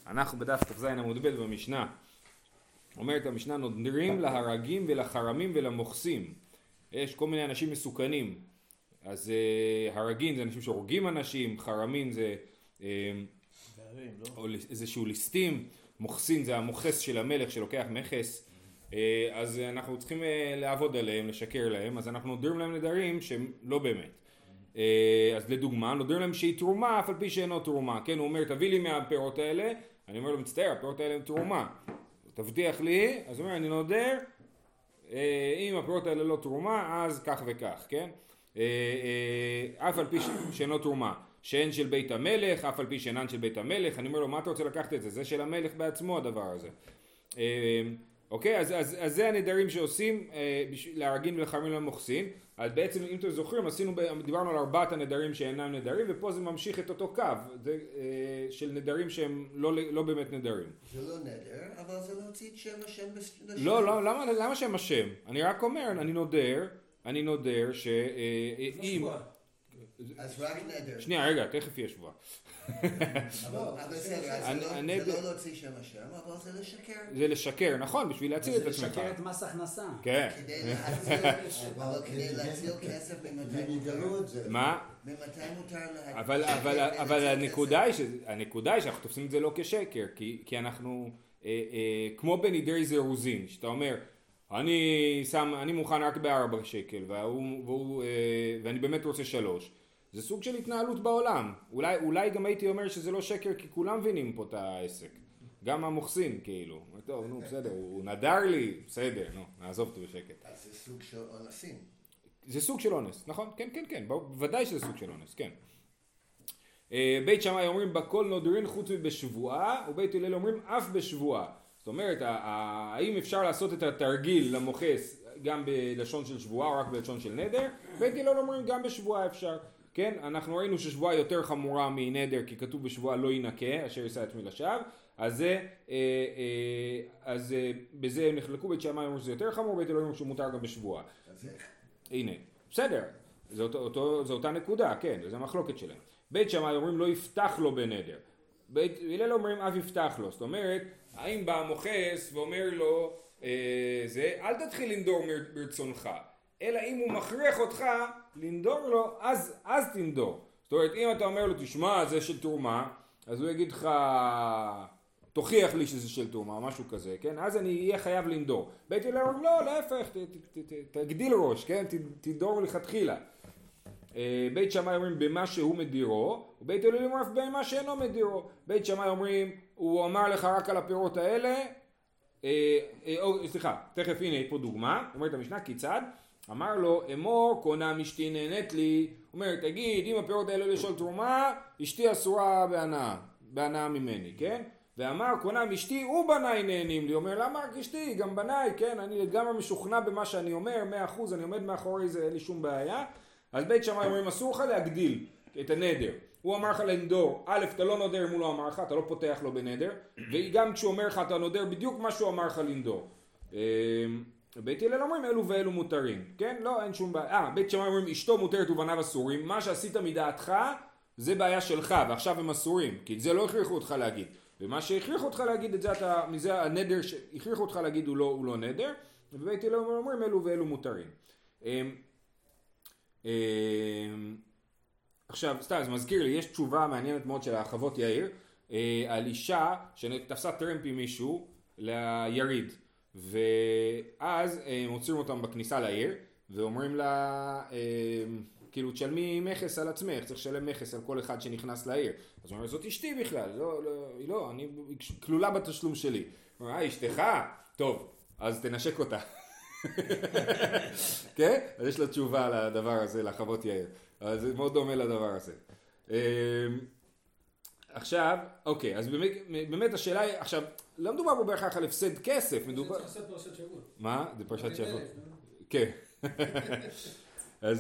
אנחנו בדף כ"ז עמוד ב' במשנה. אומרת המשנה, נודרים להרגים ולחרמים ולמוחסים. יש כל מיני אנשים מסוכנים. אז הרגים זה אנשים שהורגים אנשים, חרמים זה או איזשהו ליסטים, מוחסין זה המוחס של המלך שלוקח מכס. אז אנחנו צריכים לעבוד עליהם, לשקר להם, אז אנחנו נודרים להם נדרים שהם לא באמת. אז לדוגמה, נודר להם שהיא תרומה אף על פי שאינו תרומה, כן, הוא אומר תביא לי מהפירות האלה, אני אומר לו מצטער, הפירות האלה הם תרומה, תבטיח לי, אז הוא אומר אני נודר, אם הפירות האלה לא תרומה אז כך וכך, כן, אף על פי שאינו תרומה, שאין של בית המלך, אף על פי שאינן של בית המלך, אני אומר לו מה אתה רוצה לקחת את זה, זה של המלך בעצמו הדבר הזה. אוקיי, אז זה הנדרים שעושים להרגים ולחרמים למוחסין. אז בעצם אם אתם זוכרים דיברנו על 4 הנדרים שאינם נדרים, ופה זה ממשיך את אותו קו של נדרים שהם לא באמת נדרים. זה לא נדר, אבל זה להוציא את שם השם לשם. לא, למה שם השם? אני רק אומר, אני נודר שאם... אז רק נדר. שנייה, רגע, תכף יש שבועה. זה לא להוציא שם השם, אבל זה לשקר. זה לשקר, נכון, בשביל להציל את עצמך. זה לשקר את מס הכנסה. כן. כדי להציל כסף ממתי מותר. מה? ממתי מותר להציל. אבל הנקודה היא שאנחנו תופסים את זה לא כשקר, כי אנחנו, כמו בנדרי זירוזין, שאתה אומר, אני מוכן רק ב4 שקל, ואני באמת רוצה 3. זה סוג של התנהלות בעולם. אולי גם הייתי אומר שזה לא שקר, כי כולם מבינים פה את העסק. גם המוחסין, כאילו. טוב, נו, בסדר, הוא נדר לי, בסדר, נו, נעזוב אותו בשקט. אז זה סוג של אונסים. זה סוג של אונס, נכון? כן, בוודאי שזה סוג של אונס, כן. בית שמאי אומרים, בכל נודרין חוץ מבשבועה, ובית הלל אומרים, אף בשבועה. זאת אומרת, האם אפשר לעשות את התרגיל למוחס גם בלשון של שבועה או רק בלשון של נדר? בית הלל אומרים, גם בשבועה אפשר. כן, אנחנו ראינו ששבועה יותר חמורה מנדר, כי כתוב בשבועה לא ינקה, אשר יישא את מי לשווא, אז בזה הם נחלקו, בית שמאי אומרים שזה יותר חמור, בית הלל אומרים שהוא מותר גם בשבועה. אז איך? הנה, בסדר, זו אותה נקודה, כן, זו המחלוקת שלהם. בית שמאי אומרים לא יפתח לו בנדר, בית הלל אומרים אף יפתח לו, זאת אומרת, האם בא המוחס ואומר לו, אל תתחיל לנדור ברצונך, אלא אם הוא מכריח אותך לנדור לו, אז תנדור. זאת אומרת, אם אתה אומר לו, תשמע, זה של תרומה, אז הוא יגיד לך, תוכיח לי שזה של תרומה, משהו כזה, כן? אז אני אהיה חייב לנדור. בית הלל אומר, לא, להפך, תגדיל ראש, כן? תנדור לכתחילה. בית שמאי אומרים, במה שהוא מדירו, ובית הלל אומרים, במה שאינו מדירו. בית שמאי אומרים, הוא אמר לך רק על הפירות האלה, סליחה, תכף הנה פה דוגמה, אומרת המשנה, כיצד? אמר לו, אמור, קונה אשתי נהנית לי, אומר, תגיד, אם הפירות האלה לשאול תרומה, אשתי אסורה בהנאה ממני, כן? ואמר, קונה אשתי ובניי נהנים לי, אומר, למה רק אשתי, גם בניי, כן? אני לגמרי משוכנע במה שאני אומר, 100%, אני עומד מאחורי זה, אין לי שום בעיה. אז בית שמאי אומרים, אסור לך להגדיל את הנדר. הוא אמר לך לנדור, א', אתה לא נודר אם הוא לא אמר לך, אתה לא פותח לו בנדר, וגם כשהוא אומר לך, אתה נודר בדיוק מה שהוא אמר לך לנדור. בית הלל אומרים אלו ואלו מותרים, כן? לא, אין שום בעיה. בית שמאי אומרים אשתו מותרת ובניו אסורים, מה שעשית מדעתך זה בעיה שלך ועכשיו הם אסורים, כי זה לא הכריחו אותך להגיד. ומה שהכריחו אותך להגיד את זה, מזה הנדר שהכריחו אותך להגיד הוא לא נדר, ובית הלל אומרים אלו ואלו מותרים. עכשיו, סתם, זה מזכיר לי, יש תשובה מעניינת מאוד של החוות יאיר, על אישה שתפסה טרמפ עם מישהו ליריד. ואז הם עוצרים אותם בכניסה לעיר ואומרים לה כאילו תשלמי מכס על עצמך, צריך לשלם מכס על כל אחד שנכנס לעיר. אז הוא אומר זאת אשתי בכלל, לא, אני כלולה בתשלום שלי. הוא אומר אשתך? טוב, אז תנשק אותה. כן? אז יש לה תשובה לדבר הזה, לחוות יאיר, אז זה מאוד דומה לדבר הזה. עכשיו, אוקיי, אז באמת השאלה היא, עכשיו, לא מדובר פה בהכרח על הפסד כסף, מדובר... זה פרשת שבוע. מה? זה פרשת שבוע. כן. אז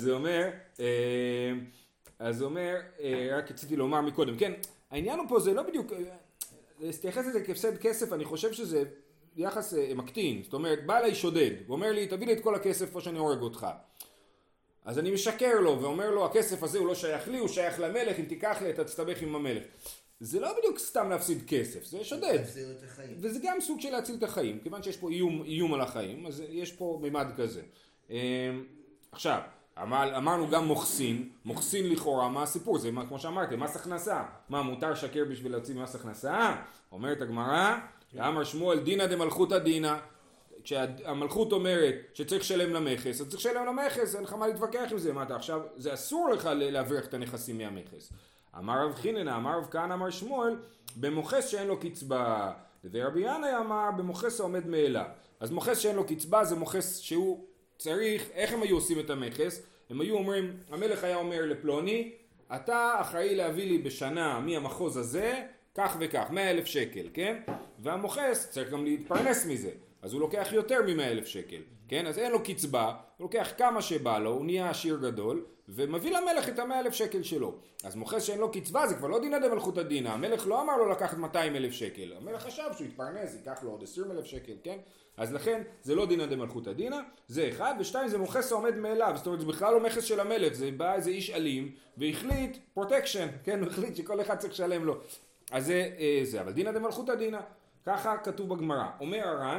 זה אומר, רק רציתי לומר מקודם, כן, העניין פה זה לא בדיוק, להתייחס לזה כהפסד כסף, אני חושב שזה יחס מקטין, זאת אומרת, בא אליי שודד, ואומר לי, תביא לי את כל הכסף או שאני הורג אותך. אז אני משקר לו, ואומר לו, הכסף הזה הוא לא שייך לי, הוא שייך למלך, אם תיקח לי, אתה תסתבך עם המלך. זה לא בדיוק סתם להפסיד כסף, זה שודד. להחזיר את החיים. וזה גם סוג של להציל את החיים, כיוון שיש פה איום על החיים, אז יש פה מימד כזה. עכשיו, אמרנו גם מוכסין לכאורה, מה הסיפור? זה כמו שאמרתי, מס הכנסה. מה, מותר שקר בשביל להוציא מס הכנסה? אומרת הגמרא, אמר שמואל דינא דמלכותא דינא. כשהמלכות אומרת שצריך לשלם למכס, אז צריך לשלם למכס, אין לך מה להתווכח עם זה. מה אתה עכשיו, זה אסור לך להבריח את הנכסים מהמכס. אמר רב חיננה, אמר רב כהנא, אמר שמואל, במוכס שאין לו קצבה. ורבי ינאי אמר, במוכס העומד מאליו. אז מוכס שאין לו קצבה זה מוכס שהוא צריך, איך הם היו עושים את המכס? הם היו אומרים, המלך היה אומר לפלוני, אתה אחראי להביא לי בשנה מהמחוז הזה, כך וכך, 100,000 שקל, כן? והמוכס צריך גם להתפרנס מזה, אז הוא לוקח יותר מ100,000 שקל, כן? אז אין לו קצבה, הוא לוקח כמה שבא לו, הוא נהיה עשיר גדול, ומביא למלך את 100,000 שקל שלו. אז מוכס שאין לו קצבה, זה כבר לא דינא דמלכותא דינא, המלך לא אמר לו לקחת 200,000 שקל, המלך חשב שהוא יתפרנס, ייקח לו עוד 20,000 שקל, כן? אז לכן זה לא דינא דמלכותא דינא, זה אחד, ושתיים זה מוכס העומד מאליו, זאת אומרת זה בכלל לא מכס של המלך, זה בא איזה איש אלים והחליט פרוטקשן, כן, הוא החליט שכל אחד צריך לשלם לו. אז זה, אבל דינא דמלכותא דינא, ככה כתוב בגמרא. אומר הר"ן,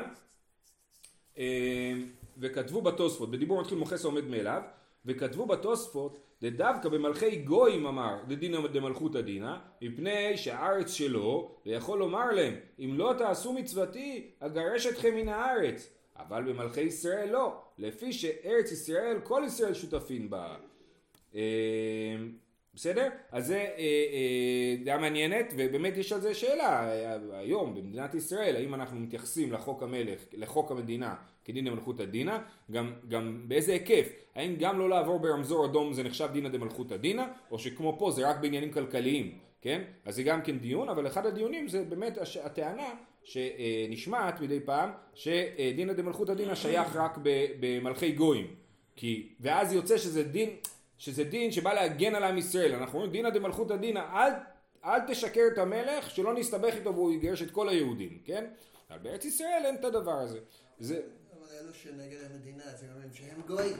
וכתבו בתוספות, בדיבור מתחיל מוכס העומד מאליו, וכתבו בתוספות, דווקא במלכי גויים אמר, דדינא דמלכותא דינא, מפני שהארץ שלו, ויכול לומר להם, אם לא תעשו מצוותי, אגרש אתכם מן הארץ. אבל במלכי ישראל לא, לפי שארץ ישראל, כל ישראל שותפים בה. בסדר? אז זה דעה מעניינת, ובאמת יש על זה שאלה, היום במדינת ישראל, האם אנחנו מתייחסים לחוק המלך, לחוק המדינה, כדינא דמלכותא דינא, גם באיזה היקף, האם גם לא לעבור ברמזור אדום זה נחשב דינא דמלכותא דינא, או שכמו פה זה רק בעניינים כלכליים, כן? אז זה גם כן דיון, אבל אחד הדיונים זה באמת הטענה שנשמעת מדי פעם, שדינא דמלכותא דינא שייך רק במלכי גויים, ואז יוצא שזה דין שבא להגן על עם ישראל. אנחנו אומרים דינא דמלכותא דינא, אל תשקר את המלך שלא נסתבך איתו והוא יגרש את כל היהודים, כן? אבל בארץ ישראל אין את הדבר הזה. אבל אלו שנגד המדינה, אז הם אומרים שהם גויים.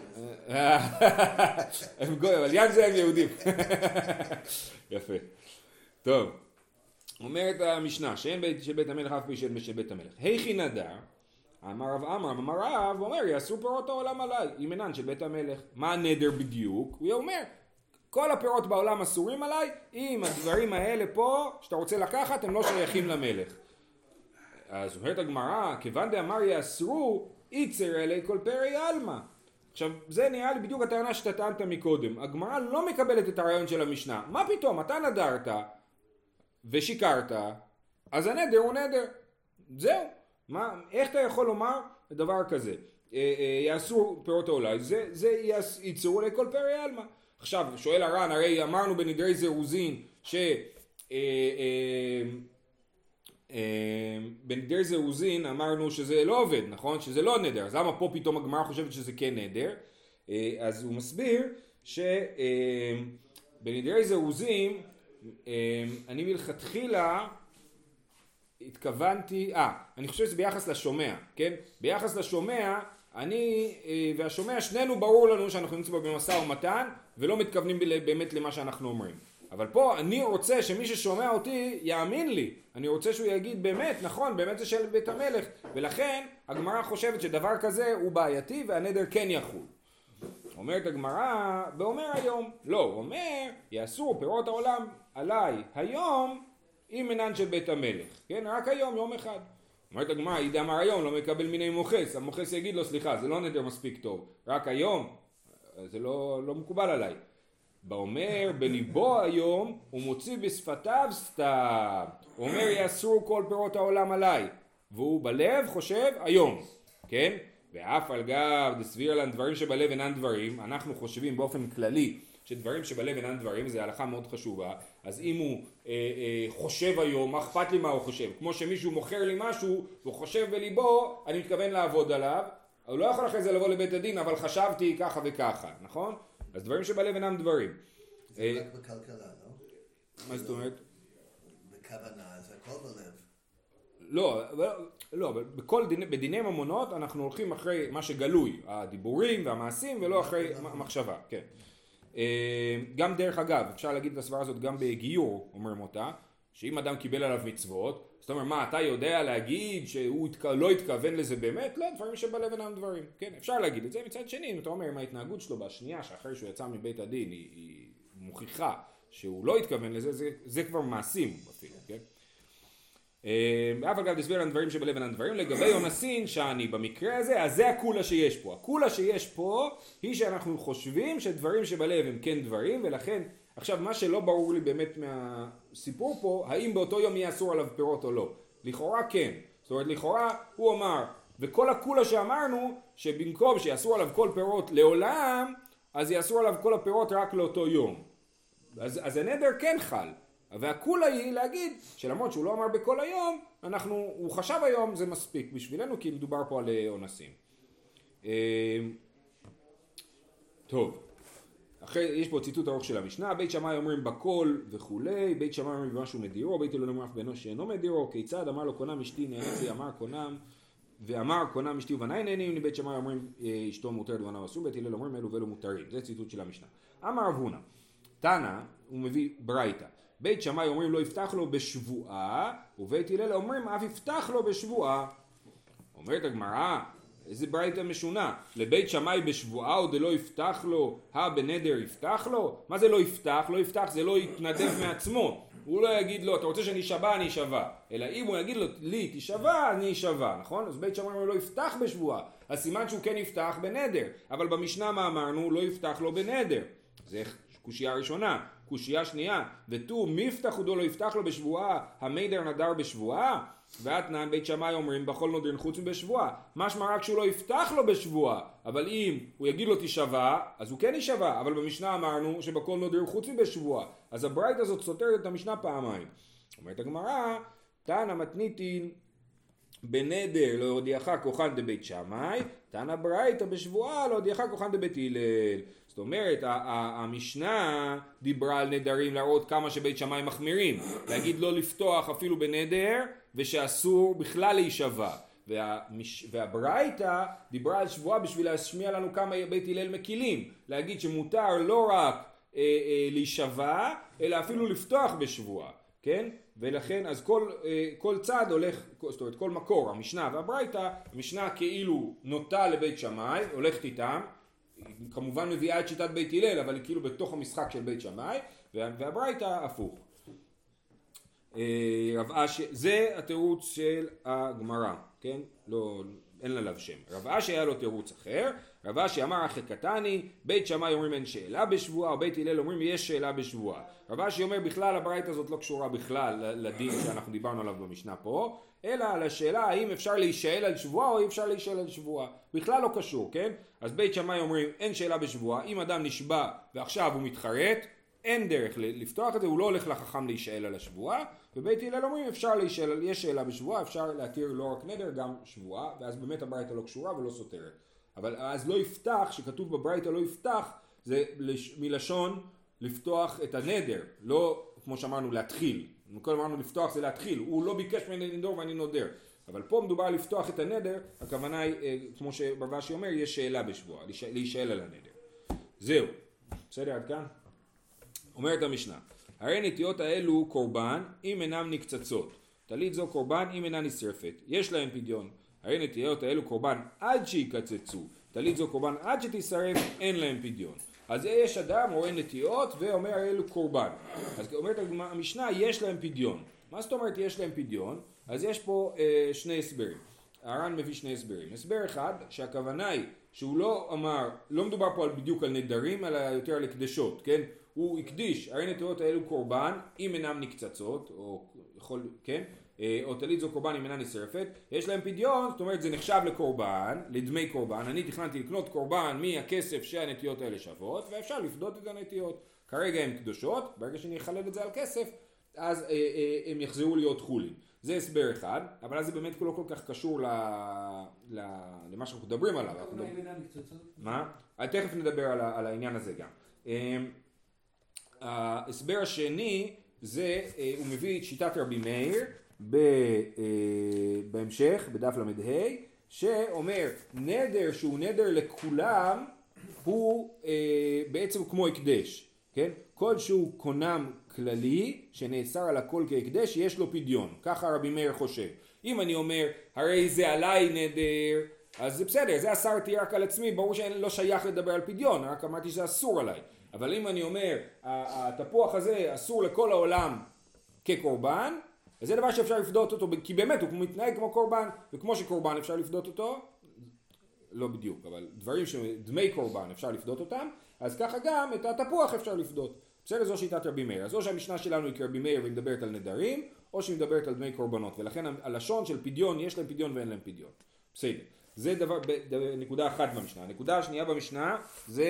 הם גויים, אבל ים זה הם יהודים. יפה. טוב. אומרת המשנה, שאין בית של בית המלך אף פי של בית המלך. היכי נדר, אמר רב עמרם, אמר רב, אומר, יאסרו פירות העולם עליי, אם אינן של בית המלך. מה הנדר בדיוק? הוא אומר, כל הפירות בעולם אסורים עליי, אם הדברים האלה פה, שאתה רוצה לקחת, הם לא שייכים למלך. אז אומרת הגמרא, כיוון דאמר יאסרו, ייצר אלי כל פרי עלמא. עכשיו, זה נראה לי בדיוק הטענה שאתה טענת מקודם. הגמרא לא מקבלת את הרעיון של המשנה. מה פתאום? אתה נדרת ושיקרת, אז הנדר הוא נדר. זהו. איך אתה יכול לומר דבר כזה? יאסרו פירות העולם, זה ייצרו אלי כל פרי עלמא. עכשיו, שואל הר"ן, הרי אמרנו בנדרי זירוזין בנדר זירוזין אמרנו שזה לא עובד, נכון? שזה לא נדר. אז למה פה פתאום הגמרא חושבת שזה כן נדר? אז הוא מסביר שבנדרי זירוזין אני מלכתחילה התכוונתי, אני חושב שזה ביחס לשומע, כן? ביחס לשומע, אני והשומע שנינו ברור לנו שאנחנו נמצאים במשא ומתן ולא מתכוונים באמת למה שאנחנו אומרים. אבל פה אני רוצה שמי ששומע אותי יאמין לי, אני רוצה שהוא יגיד באמת, נכון, באמת זה של בית המלך, ולכן הגמרא חושבת שדבר כזה הוא בעייתי והנדר כן יחול. אומרת הגמרא, באומר היום, לא, הוא אומר, יאסרו פירות העולם עליי היום, אם אינן של בית המלך, כן? רק היום, יום אחד. אומרת הגמרא, ידע אמר היום, לא מקבל מיני מוכס, המוכס יגיד לו, סליחה, זה לא נדר מספיק טוב, רק היום, זה לא מקובל עליי. באומר, בליבו היום, הוא מוציא בשפתיו סתם. הוא אומר, יאסרו כל פירות העולם עליי. והוא בלב חושב, היום, כן? ואף על גב, דסביר לן דברים שבלב אינן דברים, אנחנו חושבים באופן כללי, שדברים שבלב אינן דברים, זה הלכה מאוד חשובה, אז אם הוא חושב היום, מה אכפת לי מה הוא חושב? כמו שמישהו מוכר לי משהו, והוא חושב בליבו, אני מתכוון לעבוד עליו, הוא לא יכול אחרי זה לבוא לבית הדין, אבל חשבתי ככה וככה, נכון? אז דברים שבלב אינם דברים. זה רק בכלכלה, לא? מה זאת אומרת? בכוונה, זה הכל בלב. לא, בדיני ממונות אנחנו הולכים אחרי מה שגלוי, הדיבורים והמעשים, ולא אחרי מחשבה, כן. גם דרך אגב, אפשר להגיד את הסברה הזאת גם בגיור, אומרים אותה, שאם אדם קיבל עליו מצוות, זאת אומרת, מה, אתה יודע להגיד שהוא לא התכוון לזה באמת? לא, דברים שבלב אינם דברים. כן, אפשר להגיד את זה. מצד שני, אם אתה אומר, אם ההתנהגות שלו בשנייה, שאחרי שהוא יצא מבית הדין, היא מוכיחה שהוא לא התכוון לזה, זה כבר מעשים אפילו, כן? אף אגב הסביר לנו דברים שבלב אינם דברים. לגבי אונסין שאני במקרה הזה, אז זה הקולה שיש פה. הקולה שיש פה היא שאנחנו חושבים שדברים שבלב הם כן דברים, ולכן עכשיו מה שלא ברור לי באמת מהסיפור פה, האם באותו יום יהיה אסור עליו פירות או לא. לכאורה כן. זאת אומרת לכאורה הוא אמר, וכל הקולה שאמרנו שבמקום שיאסור עליו כל פירות לעולם, אז יאסור עליו כל הפירות רק לאותו יום. אז הנדר כן חל. והקולה היא להגיד שלמרות שהוא לא אמר בכל היום, הוא חשב היום זה מספיק בשבילנו כי מדובר פה על אונסים. טוב. יש פה ציטוט ארוך של המשנה, בית שמאי אומרים בכל וכולי, בית שמאי אומרים במשהו מדירו, בית הלל אומר אף בנו שאינו מדירו, כיצד אמר לו קונם אשתי נהנית לי, אמר קונם, ואמר קונם אשתי ובניי נהנים לי, בית שמאי אומרים אשתו מותרת ובניו אסור, בית הלל אומרים אלו ואלו מותרים, זה ציטוט של המשנה. אמר רב הונא, תנא, הוא מביא ברייתא, בית שמאי אומרים לא יפתח לו בשבועה, ובית הלל אומרים אף יפתח לו בשבועה. אומרת הגמרא, איזה ברייתא משונה, לבית שמאי בשבועה או דלא יפתח לו, בנדר יפתח לו? מה זה לא יפתח? לא יפתח זה לא יתנדב מעצמו, הוא לא יגיד לו אתה רוצה שאני אשבע אני אשבע, אלא אם הוא יגיד לו לי תשבע אני אשבע, נכון? אז בית שמאי לא יפתח בשבועה, אז סימן שהוא כן יפתח בנדר, אבל במשנה מה אמרנו? לא יפתח לו בנדר, זה קושייה ראשונה. קושייה שנייה, ותו מפתח ודו לא יפתח לו בשבועה, המדר נדר בשבועה, ואתנן בית שמאי אומרים בכל נודרין חוץ מבשבועה, משמע רק שהוא לא יפתח לו בשבועה, אבל אם הוא יגיד לו תשבע, אז הוא כן ישבע, אבל במשנה אמרנו שבכל נודרין חוץ מבשבועה, אז הברייתא הזאת סותרת את המשנה פעמיים. אומרת הגמרא, תנא מתניתין בנדר לא הודיעך כוחן דבית שמאי, תנא ברייתא בשבועה לא הודיעך כוחן דבית הלל. זאת אומרת, המשנה דיברה על נדרים להראות כמה שבית שמאי מחמירים, להגיד לא לפתוח אפילו בנדר ושאסור בכלל להישבע, והברייתא דיברה על שבועה בשביל להשמיע לנו כמה בית הלל מקילים, להגיד שמותר לא רק להישבע אלא אפילו לפתוח בשבועה, כן? ולכן אז כל צד הולך, זאת אומרת כל מקור, המשנה והברייתא, המשנה כאילו נוטה לבית שמאי, הולכת איתם, כמובן מביאה את שיטת בית הלל, אבל היא כאילו בתוך המשחק של בית שמאי, והברייתא הפוך. זה התירוץ של הגמרא, כן? לא, אין לה לב שם. רב אשי היה לו תירוץ אחר, רב אשי אמר אחי קטני, בית שמאי אומרים אין שאלה בשבועה, או בית הלל אומרים יש שאלה בשבועה. רב אשי אומר בכלל הברייתא הזאת לא קשורה בכלל לדין שאנחנו דיברנו עליו במשנה פה, אלא על השאלה האם אפשר להישאל על שבועה או אי אפשר להישאל על שבועה. בכלל לא קשור, כן? אז בית שמאי אומרים אין שאלה בשבועה, אם אדם נשבע ועכשיו הוא מתחרט, אין דרך לפתוח את זה, הוא לא הולך לחכם להישאל על השבועה, ובית הלל אומרים אפשר להישאל, יש שאלה בשבועה, אפשר להתיר לא רק נדר גם שבועה, ואז באמת הברייתא לא קשורה ולא סותרת. אבל אז לא יפתח, שכתוב בברייתא לא יפתח, זה מלשון לפתוח את הנדר, לא כמו שאמרנו להתחיל. כל אמרנו לפתוח זה להתחיל, הוא לא ביקש ממני לנדור ואני נודר. אבל פה מדובר על לפתוח את הנדר, הכוונה היא, כמו שרב אשי אומר, יש שאלה בשבועה, להישאל על הנדר. זהו, בסדר עד כאן? אומרת המשנה, הרי נטיות האלו קורבן אם אינם נקצצות, טלית זו קורבן אם אינה נשרפת, יש להם פדיון. הרי נטיות האלו קורבן עד שיקצצו, טלית זו קורבן עד שתשרף, אין להם פדיון. אז יש אדם רואה נטיות ואומר אלו קורבן, אז אומרת המשנה יש להם פדיון. מה זאת אומרת יש להם פדיון? אז יש פה שני הסברים, הר"ן מביא שני הסברים. הסבר אחד שהכוונה היא שהוא לא אמר, לא מדובר פה בדיוק על נדרים אלא יותר על הקדשות, כן? הוא הקדיש, הרי נטיות האלו קורבן אם אינם נקצצות, או יכול, כן? או טלית זו קורבן אם אינה נשרפת, יש להם פדיון, זאת אומרת זה נחשב לקורבן, לדמי קורבן, אני תכננתי לקנות קורבן מהכסף שהנטיות האלה שוות, ואפשר לפדות את הנטיות, כרגע הן קדושות, ברגע שאני אחלק את זה על כסף, אז הם יחזרו להיות חולין. זה הסבר אחד, אבל זה באמת לא כל כך קשור למה שאנחנו מדברים עליו. מה? תכף נדבר על העניין הזה גם. ההסבר השני זה, הוא מביא את שיטת רבי מאיר בהמשך, בדף למדה, שאומר נדר שהוא נדר לכולם הוא בעצם כמו הקדש, כן? כל שהוא קונם כללי שנאסר על הכל כהקדש יש לו פדיון, ככה רבי מאיר חושב. אם אני אומר הרי זה עליי נדר, אז זה בסדר, זה אסרתי רק על עצמי, ברור שלא שייך לדבר על פדיון, רק אמרתי שזה אסור עליי. אבל אם אני אומר התפוח הזה אסור לכל העולם כקורבן, וזה דבר שאפשר לפדות אותו, כי באמת הוא מתנהג כמו קורבן, וכמו שקורבן אפשר לפדות אותו, לא בדיוק, אבל דברים שדמי קורבן אפשר לפדות אותם, אז ככה גם את התפוח אפשר לפדות. בסדר, זו שיטת רבי מאיר. אז או שהמשנה שלנו היא כרבי מאיר ומדברת על נדרים, או שהיא מדברת על דמי קורבנות, ולכן הלשון של פדיון, יש להם פדיון ואין להם פדיון. בסדר. זה דבר, נקודה אחת במשנה. הנקודה השנייה במשנה זה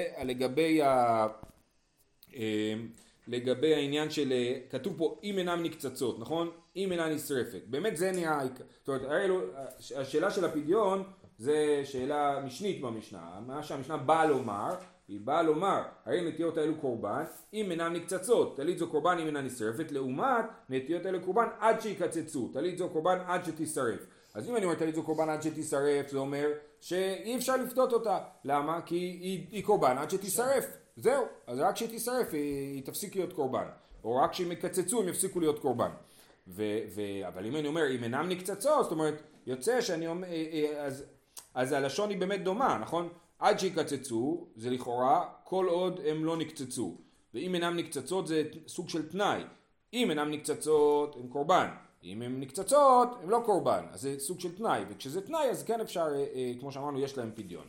לגבי העניין של, כתוב פה אם אינם נקצצות, נכון? אם אינה נשרפת. באמת זה נראה, זאת אומרת, השאלה של הפדיון זה שאלה משנית במשנה. מה שהמשנה באה לומר, היא באה לומר, הרי נטיות האלו קורבן, אם אינם נקצצות, טלית זו קורבן אם אינה נשרפת, לעומת נטיות האלו קורבן עד שיקצצו, טלית זו קורבן עד שתשרף. אז אם אני אומר טלית זו קורבן עד שתשרף, זה אומר שאי אפשר לפדות אותה. למה? כי היא קורבן עד שתשרף. זהו, אז רק כשתשרף היא תפסיק להיות קורבן. או רק כשהם יקצצו הם יפסיקו להיות קורבן. אבל אם אני אומר אם אינם נקצצות, זאת אומרת, יוצא שאני אומר, אז הלשון היא באמת דומה, נכון? עד שיקצצו, זה לכאורה, כל עוד הם לא נקצצו. ואם אינם נקצצות זה סוג של תנאי. אם אינם נקצצות הם קורבן. אם הם נקצצות הם לא קורבן. אז זה סוג של תנאי. וכשזה תנאי אז כן אפשר, כמו שאמרנו, יש להם פדיון.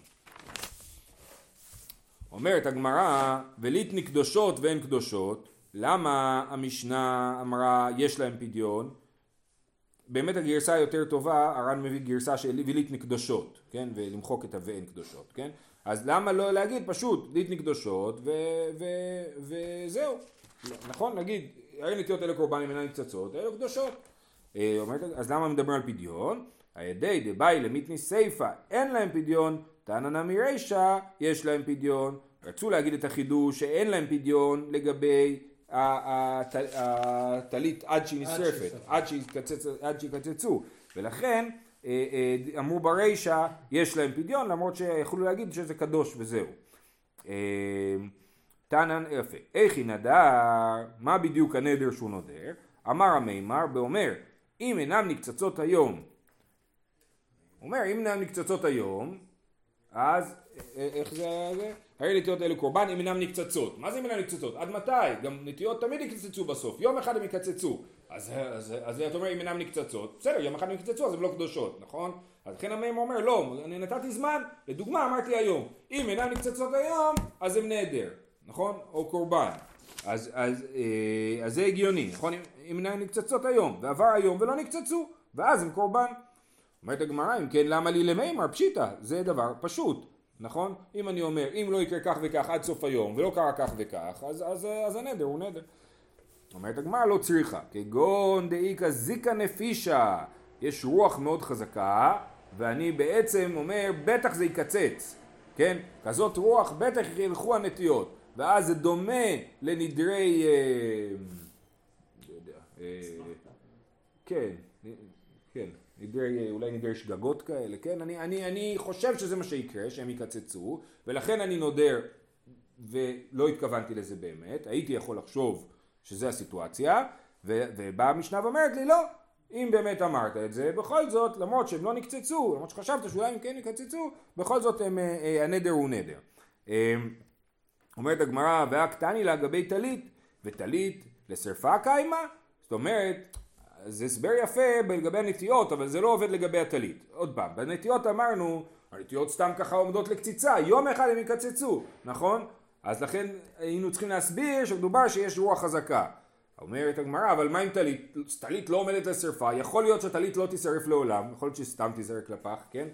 אומרת הגמרא, וליתני קדושות ואין קדושות. למה המשנה אמרה יש להם פדיון? באמת הגרסה היותר טובה, הר"ן מביא גרסה של וליתני קדושות, כן? ולמחוק את ואין קדושות, כן? אז למה לא להגיד פשוט ליתני קדושות וזהו, נכון? נגיד, הרי נטיות אלה קורבנים אינן נקצצות, אלה קדושות. אז למה מדברים על פדיון? הידי דבאי למיתני סייפה, אין להם פדיון, תנא נמי רישא, יש להם פדיון. רצו להגיד את החידוש שאין להם פדיון לגבי הטלית עד שהיא נשרפת, עד שיקצצו, ולכן אמרו ברישא יש להם פדיון, למרות שיכולו להגיד שזה קדוש וזהו. תנן יפה, איך נדר, מה בדיוק הנדר שהוא נודר? אמר המימר באומר, אם אינם נקצצות היום, אומר אם אינם נקצצות היום, אז איך זה? הרי נטיות האלו קורבן אם אינם נקצצות. מה זה אם אינם נקצצות? עד מתי? גם נטיות תמיד יקצצו בסוף. יום אחד הם יקצצו. אז אתה אומר אם אינם נקצצות. בסדר, יום אחד הם יקצצו אז הם לא קדושות, נכון? אז לכן המאמר אומר לא, אני נתתי זמן. לדוגמה אמרתי היום. אם אינם נקצצות היום אז הם נדר, נכון? או קורבן. אז זה הגיוני, נכון? אם אינם נקצצות היום ועבר היום ולא נקצצו ואז הם קורבן. אומרת הגמרא, אם כן למה לי למימר פשיטה? זה דבר פשוט. נכון? אם אני אומר, אם לא יקרה כך וכך עד סוף היום, ולא קרה כך וכך, אז הנדר הוא נדר. אומרת הגמרא לא צריכה, כגון דאיקה זיקה נפישה, יש רוח מאוד חזקה, ואני בעצם אומר, בטח זה יקצץ, כן? כזאת רוח, בטח ילכו הנטיות, ואז זה דומה לנדרי, כן, אולי נדרי שגגות כאלה, כן? אני חושב שזה מה שיקרה, שהם יקצצו, ולכן אני נודר, ולא התכוונתי לזה באמת, הייתי יכול לחשוב שזה הסיטואציה, ובאה המשנה ואומרת לי, לא, אם באמת אמרת את זה, בכל זאת, למרות שהם לא נקצצו, למרות שחשבת שאולי הם כן יקצצו, בכל זאת הנדר הוא נדר. אומרת הגמרא, והקטני לגבי טלית, וטלית לשרפה קיימה, זאת אומרת, זה הסבר יפה לגבי הנטיות, אבל זה לא עובד לגבי הטלית. עוד פעם, בנטיות אמרנו, הנטיות סתם ככה עומדות לקציצה, יום אחד הם יקצצו, נכון? אז לכן היינו צריכים להסביר שמדובר שיש רוח חזקה. אומרת הגמרא, אבל מה עם טלית? טלית לא עומדת לשרפה, יכול להיות שטלית לא תשרף לעולם, יכול להיות שסתם תזרק לפח, כן?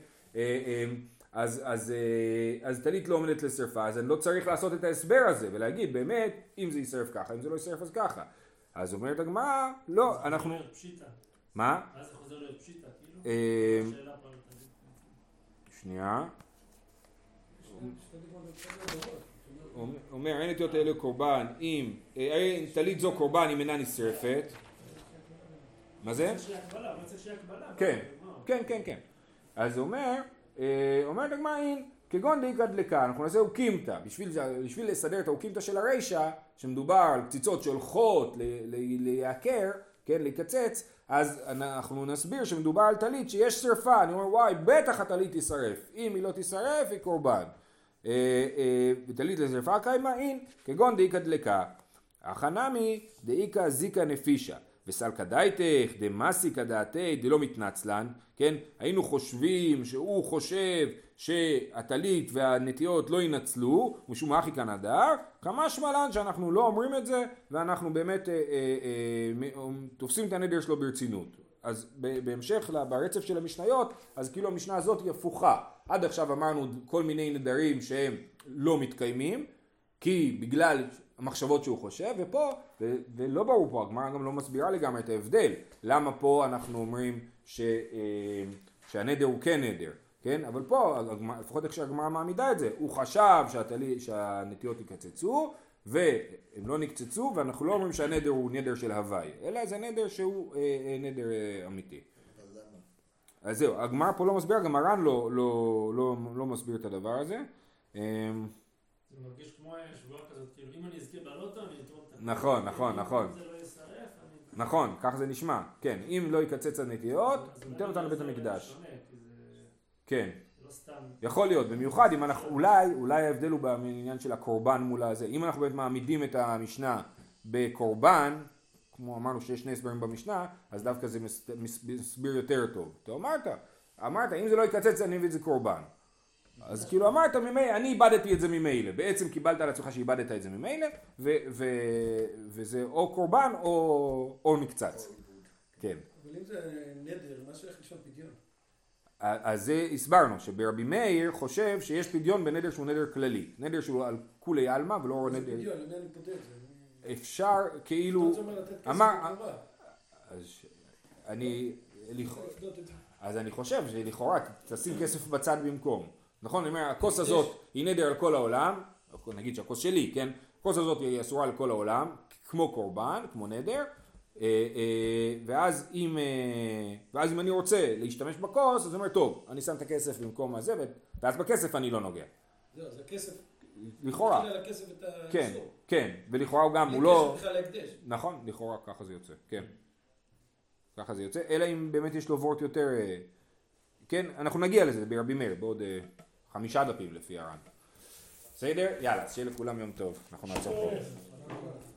אז טלית לא עומדת לשרפה, אז אני לא צריך לעשות את ההסבר הזה, ולהגיד באמת, אם זה ישרף ככה, אם זה לא ישרף אז ככה. אז אומרת הגמרא, לא, אנחנו... מה? אז זה חוזר להיות פשיטה, כאילו? שנייה. אומר, אין נטיות האלה קורבן אם... טלית זו קורבן אם אינה נשרפת. מה זה? כן, כן, כן, כן. אז אומרת הגמרא, כגון דאיקה דלקה, אנחנו נעשה אוקימתא, בשביל לסדר את האוקימתא של הרישא, שמדובר על קציצות שהולכות להיעקר, כן, להיקצץ, אז אנחנו נסביר שמדובר על טלית שיש שרפה, אני אומר וואי, בטח הטלית תישרף, אם היא לא תישרף היא קורבן. וטלית לשרפה קיימה אין, כגון דאיקה דלקה, החנמי דאיקה זיקה נפישה. וסלקא דייתך דמסיקא דעתי דלא מתנצלן, כן? היינו חושבים שהוא חושב שהטלית והנטיות לא ינצלו, משום אחי כאן הדר, כמה שמלן שאנחנו לא אומרים את זה, ואנחנו באמת תופסים את הנדר שלו ברצינות. אז בהמשך ברצף של המשניות, אז כאילו המשנה הזאת היא הפוכה. עד עכשיו אמרנו כל מיני נדרים שהם לא מתקיימים, כי בגלל המחשבות שהוא חושב, ופה, ולא ברור פה, הגמרא גם לא מסבירה לגמרי את ההבדל. למה פה אנחנו אומרים שהנדר הוא כן נדר, כן? אבל פה, לפחות איך שהגמרא מעמידה את זה, הוא חשב שהנטיות יקצצו, והם לא נקצצו, ואנחנו לא אומרים שהנדר הוא נדר של הוואי, אלא זה נדר שהוא נדר אמיתי. אז זהו, הגמרא פה לא מסבירה, גם הר"ן לא מסביר את הדבר הזה. זה מרגיש כמו שבועה כזאת, כאילו אם אני אזכיר לעלות אני אתרום את הכל. נכון, נכון, נכון. אם זה לא ישרף, אני... נכון, כך זה נשמע. כן, אם לא יקצץ הנטיות, ניתן אותנו לבית המקדש. כן. לא סתם. יכול להיות, במיוחד אם אנחנו, אולי ההבדל הוא בעניין של הקורבן מול הזה. אם אנחנו באמת מעמידים את המשנה בקורבן, כמו אמרנו שיש שני הסברים במשנה, אז דווקא זה מסביר יותר טוב. אתה אמרת, אם זה לא יקצץ אני מביא את זה קורבן. אז כאילו אמרת אני איבדתי את זה ממילא, בעצם קיבלת על עצמך שאיבדת את זה ממילא, וזה או קורבן או נקצץ. כן. אבל אם זה נדר, מה שייך לשון פדיון? אז זה הסברנו, שברבי מאיר חושב שיש פדיון בנדר שהוא נדר כללי, נדר שהוא על כולי עלמא ולא נדר... זה פדיון, למי אני פודה את זה? אפשר כאילו... אתה אומר לתת כסף בקרבה. אז אני חושב שלכאורה תשים כסף בצד במקום. נכון? אני אומר, הכוס הזאת היא נדר על כל העולם, נגיד שהכוס שלי, כן? הכוס הזאת היא אסורה על כל העולם, כמו קורבן, כמו נדר, ואז אם אני רוצה להשתמש בכוס, אז אני אומר, טוב, אני שם את הכסף במקום הזה, ואז בכסף אני לא נוגע. זהו, זה הכסף. לכאורה. תחילה לכסף את האסור. כן, כן, ולכאורה הוא גם, הוא לא... לכסף בכלל להקדש. נכון, לכאורה ככה זה יוצא, כן. ככה זה יוצא, אלא אם באמת יש לו וורט יותר... כן, אנחנו נגיע לזה ברבי מאיר, בעוד 5 דפים לפי הר"ן. בסדר? יאללה, שיהיה לכולם יום טוב, אנחנו נעצור פה.